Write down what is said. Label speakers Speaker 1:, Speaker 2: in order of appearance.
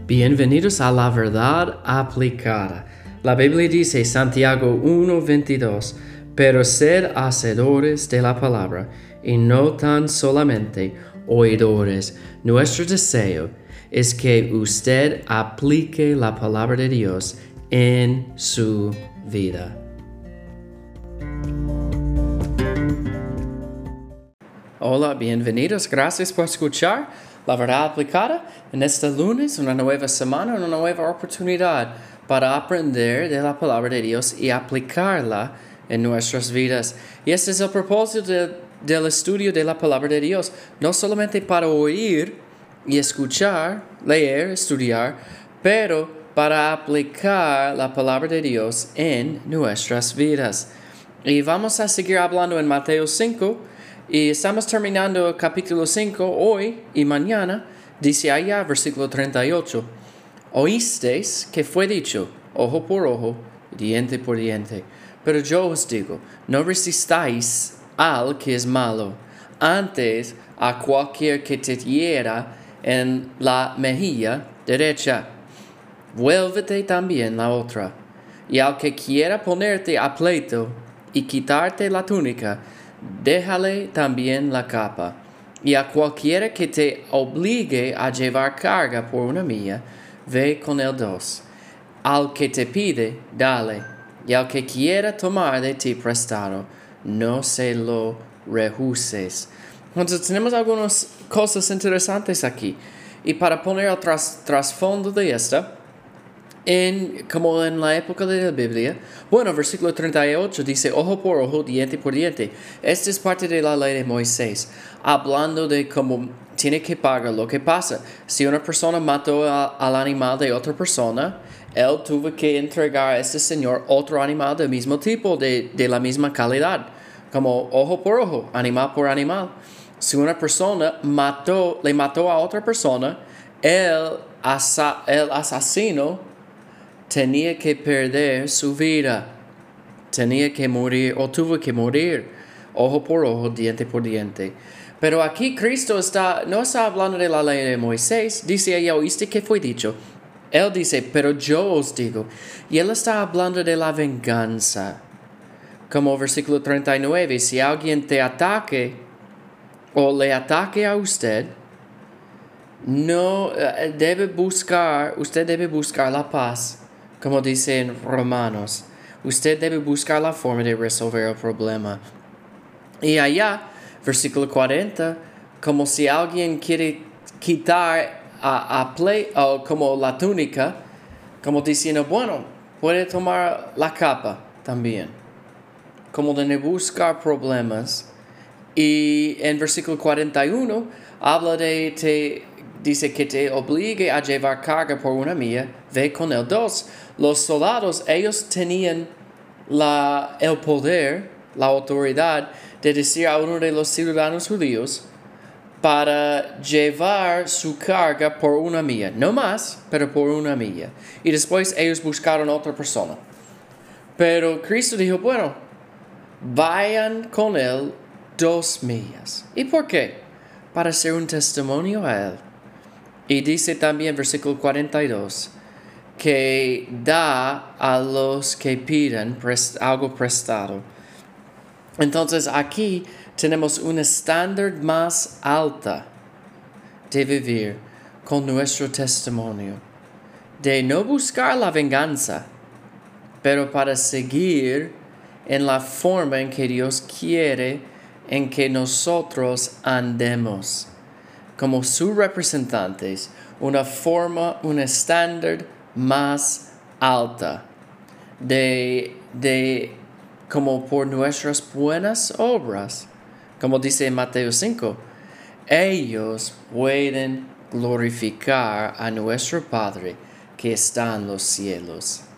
Speaker 1: Bienvenidos a la verdad aplicada. La Biblia dice Santiago 1:22, pero sed hacedores de la palabra y no tan solamente oidores. Nuestro deseo es que usted aplique la palabra de Dios en su vida. Hola, bienvenidos. Gracias por escuchar La Verdad Aplicada. En este lunes, una nueva semana, una nueva oportunidad para aprender de la palabra de Dios y aplicarla en nuestras vidas. Y este es el propósito del estudio de la palabra de Dios. No solamente para oír y escuchar, leer, estudiar, pero para aplicar la palabra de Dios en nuestras vidas. Y vamos a seguir hablando en Mateo 5. Y estamos terminando el capítulo 5 hoy y mañana. Dice allá, versículo 38. Oísteis que fue dicho, ojo por ojo, diente por diente. Pero yo os digo, no resistáis al que es malo. Antes, a cualquier que te hiera en la mejilla derecha, vuélvete también la otra. Y al que quiera ponerte a pleito y quitarte la túnica, déjale también la capa. Y a cualquiera que te obligue a llevar carga por una milla, ve con él 2. Al que te pide, dale. Y al que quiera tomar de ti prestado, no se lo rehuses. Entonces tenemos algunas cosas interesantes aquí. Y para poner el trasfondo de esta, como en la época de la Biblia, bueno, versículo 38 dice, ojo por ojo, diente por diente. Esta es parte de la ley de Moisés, hablando de cómo tiene que pagar lo que pasa. Si una persona mató al animal de otra persona, él tuvo que entregar a este señor otro animal del mismo tipo, de la misma calidad, como ojo por ojo, animal por animal. Si una persona le mató a otra persona, el asesino tenía que perder su vida, tenía que morir o tuvo que morir, ojo por ojo, diente por diente. Pero aquí Cristo no está hablando de la ley de Moisés, dice allá, oíste que fue dicho. Él dice, pero yo os digo, y él está hablando de la venganza. Como versículo 39, si alguien te ataque o le ataque a usted, usted debe buscar la paz. Como dice en Romanos, usted debe buscar la forma de resolver el problema. Y allá, versículo 40, como si alguien quiere quitar como la túnica, como diciendo, bueno, puede tomar la capa también. Como de no buscar problemas. Y en versículo 41, habla dice que te obligue a llevar carga por una milla, ve con él 2. Los soldados, ellos tenían el poder, la autoridad de decir a uno de los ciudadanos judíos para llevar su carga por una milla. No más, pero por una milla. Y después ellos buscaron a otra persona. Pero Cristo dijo, bueno, vayan con él 2 millas. ¿Y por qué? Para ser un testimonio a él. Y dice también, versículo 42, que da a los que piden algo prestado. Entonces aquí tenemos un estándar más alta de vivir con nuestro testimonio. De no buscar la venganza, pero para seguir en la forma en que Dios quiere en que nosotros andemos. Como sus representantes, un estándar más alta como por nuestras buenas obras, como dice en Mateo 5, ellos pueden glorificar a nuestro Padre que está en los cielos.